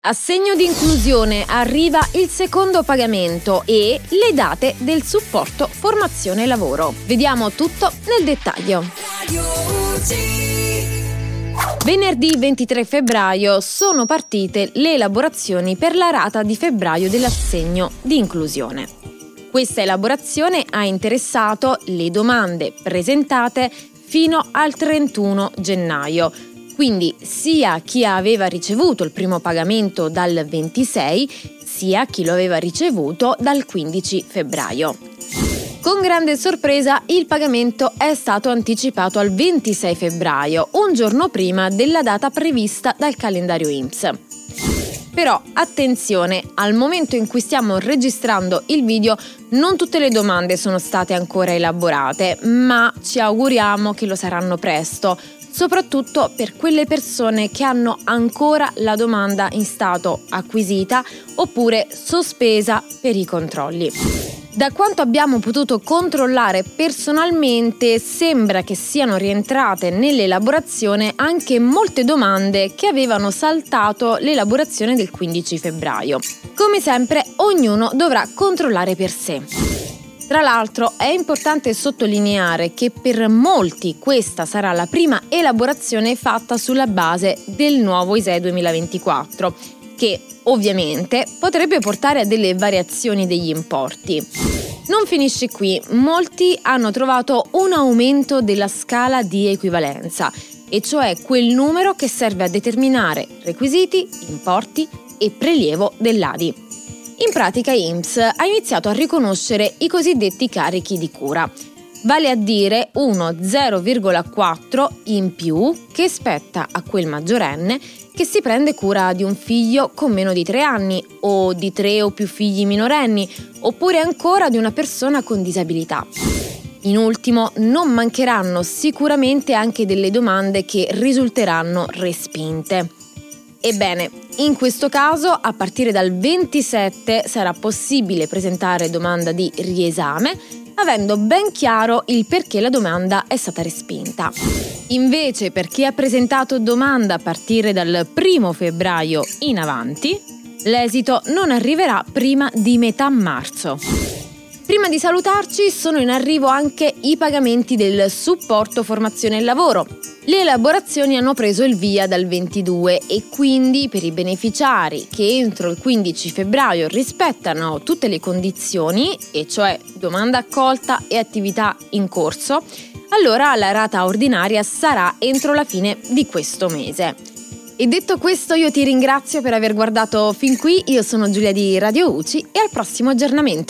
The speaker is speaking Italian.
Assegno di inclusione, arriva il secondo pagamento e le date del supporto formazione lavoro. Vediamo tutto nel dettaglio. Venerdì 23 febbraio sono partite le elaborazioni per la rata di febbraio dell'assegno di inclusione. Questa elaborazione ha interessato le domande presentate fino al 31 gennaio. Quindi sia chi aveva ricevuto il primo pagamento dal 26, sia chi lo aveva ricevuto dal 15 febbraio. Con grande sorpresa il pagamento è stato anticipato al 26 febbraio, un giorno prima della data prevista dal calendario INPS. Però attenzione, al momento in cui stiamo registrando il video non tutte le domande sono state ancora elaborate, ma ci auguriamo che lo saranno presto, soprattutto per quelle persone che hanno ancora la domanda in stato acquisita oppure sospesa per i controlli. Da quanto abbiamo potuto controllare personalmente, sembra che siano rientrate nell'elaborazione anche molte domande che avevano saltato l'elaborazione del 15 febbraio. Come sempre, ognuno dovrà controllare per sé. Tra l'altro è importante sottolineare che per molti questa sarà la prima elaborazione fatta sulla base del nuovo ISEE 2024, che ovviamente potrebbe portare a delle variazioni degli importi. Non finisce qui, molti hanno trovato un aumento della scala di equivalenza, e cioè quel numero che serve a determinare requisiti, importi e prelievo dell'ADI. In pratica INPS ha iniziato a riconoscere i cosiddetti carichi di cura, vale a dire uno 0,4 in più che spetta a quel maggiorenne che si prende cura di un figlio con meno di 3 anni o di 3 o più figli minorenni, oppure ancora di una persona con disabilità. In ultimo, non mancheranno sicuramente anche delle domande che risulteranno respinte. Ebbene, in questo caso, a partire dal 27 sarà possibile presentare domanda di riesame, avendo ben chiaro il perché la domanda è stata respinta. Invece, per chi ha presentato domanda a partire dal 1 febbraio in avanti, l'esito non arriverà prima di metà marzo. Prima di salutarci, sono in arrivo anche i pagamenti del supporto formazione e lavoro. Le elaborazioni hanno preso il via dal 22 e quindi per i beneficiari che entro il 15 febbraio rispettano tutte le condizioni, e cioè domanda accolta e attività in corso, allora la rata ordinaria sarà entro la fine di questo mese. E detto questo, io ti ringrazio per aver guardato fin qui, io sono Giulia di Radio UCI e al prossimo aggiornamento.